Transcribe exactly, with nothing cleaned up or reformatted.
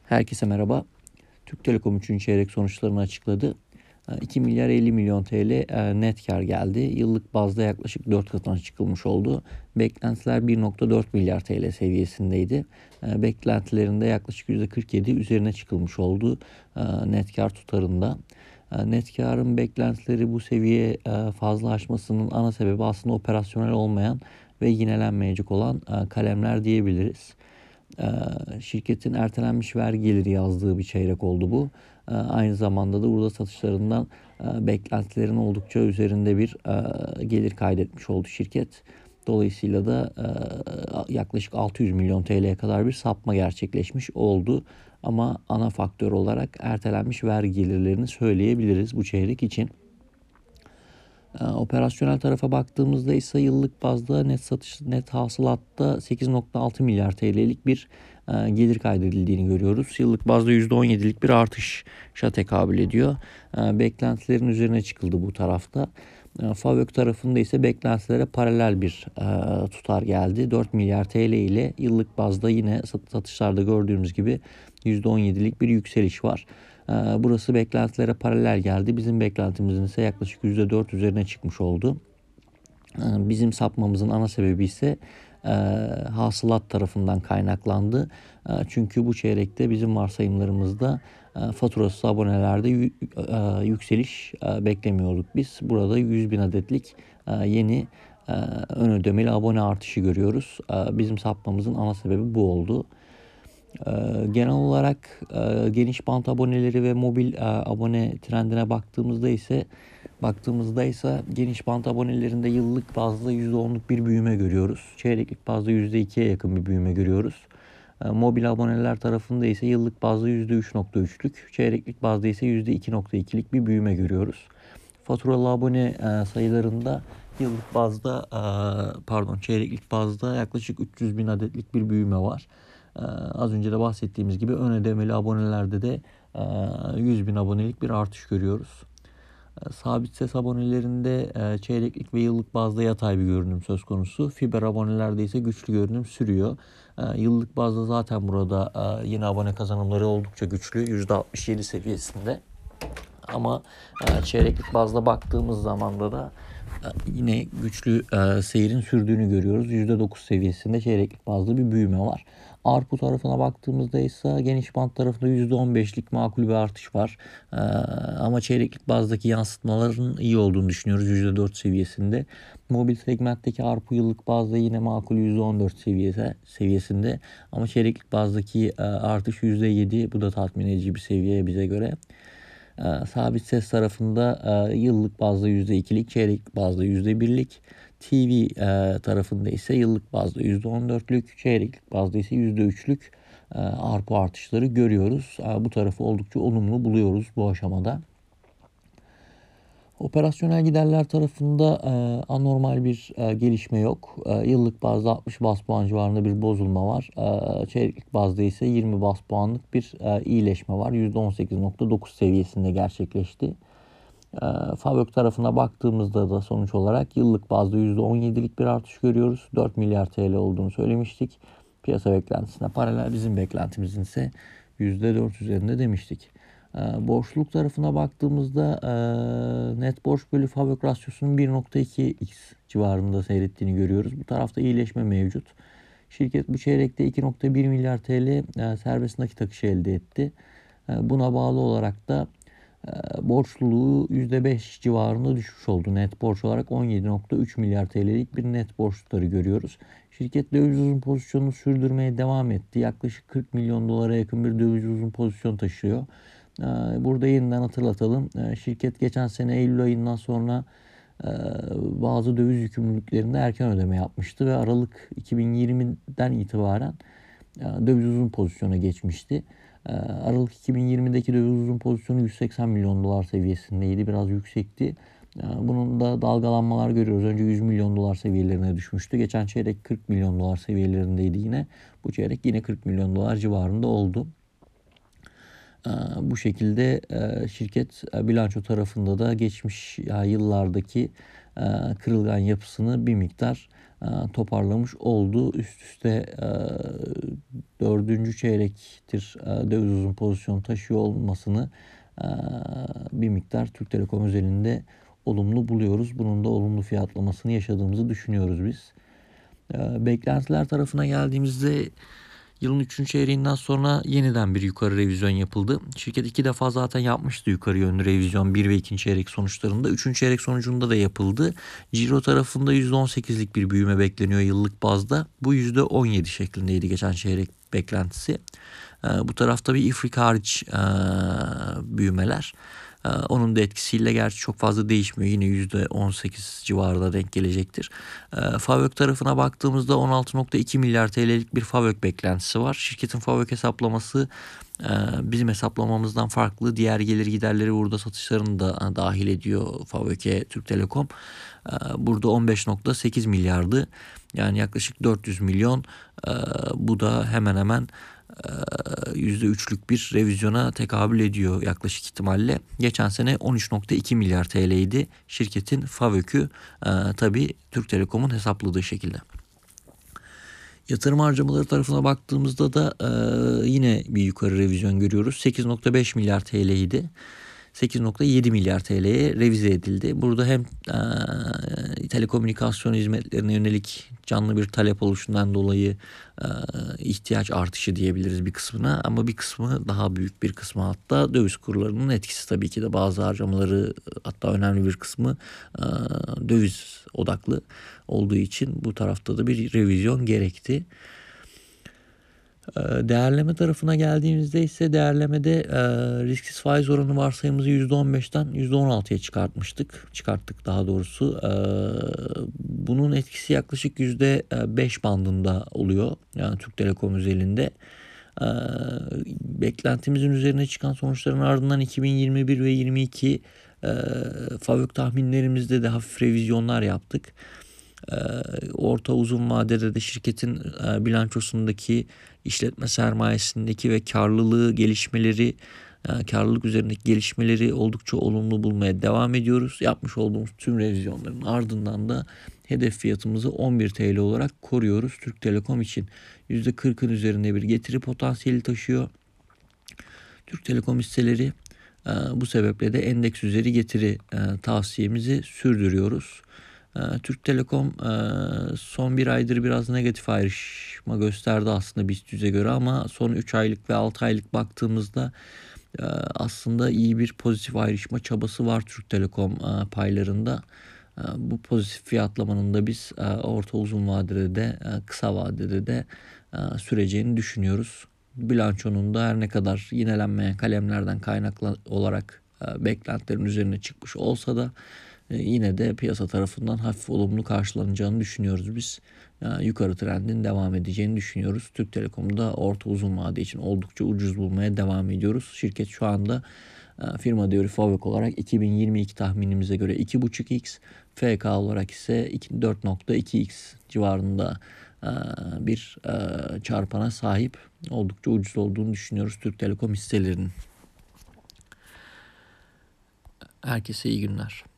Herkese merhaba. Türk Telekom üçüncü çeyrek sonuçlarını açıkladı. iki milyar elli milyon T L net kar geldi. Yıllık bazda yaklaşık dört katına çıkılmış oldu. Beklentiler bir nokta dört milyar T L seviyesindeydi. Beklentilerinde yaklaşık yüzde kırk yedi üzerine çıkılmış oldu net kar tutarında. Net karın beklentileri bu seviye fazla aşmasının ana sebebi aslında operasyonel olmayan ve yinelenmeyecek olan kalemler diyebiliriz. Şirketin ertelenmiş vergi geliri yazdığı bir çeyrek oldu bu. Aynı zamanda da burada satışlarından beklentilerin oldukça üzerinde bir gelir kaydetmiş oldu şirket. Dolayısıyla da yaklaşık altı yüz milyon T L'ye kadar bir sapma gerçekleşmiş oldu. Ama ana faktör olarak ertelenmiş vergi gelirlerini söyleyebiliriz bu çeyrek için. Operasyonel tarafa baktığımızda ise yıllık bazda net satış net hasılatta sekiz nokta altı milyar T L'lik bir gelir kaydedildiğini görüyoruz. Yıllık bazda yüzde on yedilik bir artışa tekabül ediyor. Beklentilerin üzerine çıkıldı bu tarafta. Favök tarafında ise beklentilere paralel bir tutar geldi. dört milyar T L ile yıllık bazda yine satışlarda gördüğümüz gibi yüzde on yedilik bir yükseliş var. Burası beklentilere paralel geldi. Bizim beklentimizin ise yaklaşık yüzde dört üzerine çıkmış oldu. Bizim sapmamızın ana sebebi ise e, hasılat tarafından kaynaklandı. E, çünkü bu çeyrekte bizim varsayımlarımızda e, faturasız abonelerde y- e, yükseliş e, beklemiyorduk biz. Burada yüz bin adetlik e, yeni e, ön ödemeli abone artışı görüyoruz. E, bizim sapmamızın ana sebebi bu oldu. Genel olarak geniş bant aboneleri ve mobil abone trendine baktığımızda ise baktığımızda ise geniş bant abonelerinde yıllık bazda yüzde onluk bir büyüme görüyoruz. Çeyreklik bazda yüzde ikiye yakın bir büyüme görüyoruz. Mobil aboneler tarafında ise yıllık bazda yüzde üç nokta üçlük, çeyreklik bazda ise yüzde iki nokta ikilik bir büyüme görüyoruz. Faturalı abone sayılarında yıllık bazda pardon çeyreklik bazda yaklaşık üç yüz bin adetlik bir büyüme var. Ee, az önce de bahsettiğimiz gibi ön ödemeli abonelerde de e, yüz bin abonelik bir artış görüyoruz. E, sabit ses abonelerinde e, çeyreklik ve yıllık bazda yatay bir görünüm söz konusu. Fiber abonelerde ise güçlü görünüm sürüyor. E, yıllık bazda zaten burada e, yeni abone kazanımları oldukça güçlü. yüzde altmış yedi seviyesinde. Ama e, çeyreklik bazda baktığımız zaman da da e, yine güçlü e, seyrin sürdüğünü görüyoruz. yüzde dokuz seviyesinde çeyreklik bazda bir büyüme var. ARPU tarafına baktığımızda ise geniş bant tarafında yüzde on beşlik makul bir artış var. E, ama çeyreklik bazdaki yansıtmaların iyi olduğunu düşünüyoruz yüzde dört seviyesinde. Mobil segmentteki ARPU yıllık bazda yine makul yüzde on dört seviyesi, seviyesinde. Ama çeyreklik bazdaki e, artış yüzde yedi. Bu da tatmin edici bir seviye bize göre. E, sabit ses tarafında e, yıllık bazda yüzde ikilik, çeyreklik bazda yüzde birlik, T V e, tarafında ise yıllık bazda yüzde on dörtlük, çeyreklik bazda ise yüzde üçlük e, ARPU artışları görüyoruz. E, bu tarafı oldukça olumlu buluyoruz bu aşamada. Operasyonel giderler tarafında e, anormal bir e, gelişme yok. E, yıllık bazda altmış bas puan civarında bir bozulma var. E, çeyreklik bazda ise yirmi bas puanlık bir e, iyileşme var. yüzde on sekiz nokta dokuz seviyesinde gerçekleşti. E, Favök tarafına baktığımızda da sonuç olarak yıllık bazda yüzde on yedilik bir artış görüyoruz. dört milyar T L olduğunu söylemiştik. Piyasa beklentisine paralel, bizim beklentimizin ise yüzde dört üzerinde demiştik. E, borçluluk tarafına baktığımızda e, net borç bölü Favök rasyosunun bir nokta iki x civarında seyrettiğini görüyoruz. Bu tarafta iyileşme mevcut. Şirket bu çeyrekte iki nokta bir milyar T L e, serbest nakit akışı elde etti. E, buna bağlı olarak da e, borçluluğu yüzde beş civarında düşmüş oldu. Net borç olarak on yedi nokta üç milyar T L'lik bir net borç tutarı görüyoruz. Şirket döviz uzun pozisyonunu sürdürmeye devam etti. Yaklaşık kırk milyon dolara yakın bir döviz uzun pozisyon taşıyor. Burada yeniden hatırlatalım. Şirket geçen sene Eylül ayından sonra bazı döviz yükümlülüklerinde erken ödeme yapmıştı ve Aralık iki bin yirmiden itibaren döviz uzun pozisyona geçmişti. Aralık iki bin yirmideki döviz uzun pozisyonu yüz seksen milyon dolar seviyesindeydi. Biraz yüksekti. Bunun da dalgalanmalar görüyoruz. Önce yüz milyon dolar seviyelerine düşmüştü. Geçen çeyrek kırk milyon dolar seviyelerindeydi yine. Bu çeyrek yine kırk milyon dolar civarında oldu. Bu şekilde şirket bilanço tarafında da geçmiş yıllardaki kırılgan yapısını bir miktar toparlamış oldu. Üst üste dördüncü çeyrektir döviz uzun pozisyon taşıyor olmasını bir miktar Türk Telekom özelinde olumlu buluyoruz. Bunun da olumlu fiyatlamasını yaşadığımızı düşünüyoruz biz. Beklentiler tarafına geldiğimizde yılın üçüncü çeyreğinden sonra yeniden bir yukarı revizyon yapıldı. Şirket iki defa zaten yapmıştı yukarı yönlü revizyon bir ve ikinci çeyrek sonuçlarında. Üçüncü çeyrek sonucunda da yapıldı. Ciro tarafında yüzde on sekizlik bir büyüme bekleniyor yıllık bazda. Bu yüzde on yedi şeklindeydi geçen çeyrek beklentisi. Bu tarafta bir ifrik hariç büyümeler. Onun da etkisiyle gerçi çok fazla değişmiyor. Yine yüzde on sekiz civarında denk gelecektir. FAVÖK tarafına baktığımızda on altı nokta iki milyar T L'lik bir FAVÖK beklentisi var. Şirketin FAVÖK hesaplaması bizim hesaplamamızdan farklı. Diğer gelir giderleri burada satışlarını da dahil ediyor FAVÖK'e Türk Telekom. Burada on beş nokta sekiz milyardı. Yani yaklaşık dört yüz milyon. Bu da hemen hemen yüzde üçlük bir revizyona tekabül ediyor yaklaşık ihtimalle. Geçen sene on üç nokta iki milyar T L'ydi şirketin FAVÖK'ü e, tabii Türk Telekom'un hesapladığı şekilde. Yatırım harcamaları tarafına baktığımızda da e, yine bir yukarı revizyon görüyoruz. sekiz nokta beş milyar T L'ydi. sekiz nokta yedi milyar T L'ye revize edildi. Burada hem e, telekomünikasyon hizmetlerine yönelik canlı bir talep oluşundan dolayı e, ihtiyaç artışı diyebiliriz bir kısmına, ama bir kısmı, daha büyük bir kısmı hatta döviz kurlarının etkisi tabii ki de. Bazı harcamaları, hatta önemli bir kısmı e, döviz odaklı olduğu için bu tarafta da bir revizyon gerekti. Değerleme tarafına geldiğimizde ise değerlemede e, risksiz faiz oranı varsayımımızı yüzde on beşten yüzde on altıya çıkartmıştık. Çıkarttık daha doğrusu. E, bunun etkisi yaklaşık yüzde beş bandında oluyor. Yani Türk Telekom özelinde. E, beklentimizin üzerine çıkan sonuçların ardından iki bin yirmi bir ve yirmi iki e, FAVÖK tahminlerimizde de hafif revizyonlar yaptık. Orta uzun vadede de şirketin bilançosundaki, işletme sermayesindeki ve karlılığı gelişmeleri, karlılık üzerindeki gelişmeleri oldukça olumlu bulmaya devam ediyoruz. Yapmış olduğumuz tüm revizyonların ardından da hedef fiyatımızı on bir T L olarak koruyoruz. Türk Telekom için yüzde kırkın üzerinde bir getiri potansiyeli taşıyor. Türk Telekom hisseleri bu sebeple de endeks üzeri getiri tavsiyemizi sürdürüyoruz. Türk Telekom son bir aydır biraz negatif ayrışma gösterdi aslında BIST yüze göre, ama son üç aylık ve altı aylık baktığımızda aslında iyi bir pozitif ayrışma çabası var Türk Telekom paylarında. Bu pozitif fiyatlamanın da biz orta uzun vadede de kısa vadede de süreceğini düşünüyoruz. Bilançonun da her ne kadar yinelenmeyen kalemlerden kaynaklı olarak beklentilerin üzerine çıkmış olsa da yine de piyasa tarafından hafif olumlu karşılanacağını düşünüyoruz biz. Yukarı trendin devam edeceğini düşünüyoruz. Türk Telekom'da orta uzun vade için oldukça ucuz bulmaya devam ediyoruz. Şirket şu anda firma değeri FAVÖK olarak iki bin yirmi iki tahminimize göre iki buçuk x, F K olarak ise dört nokta iki x civarında bir çarpana sahip. Oldukça ucuz olduğunu düşünüyoruz Türk Telekom hisselerinin. Herkese iyi günler.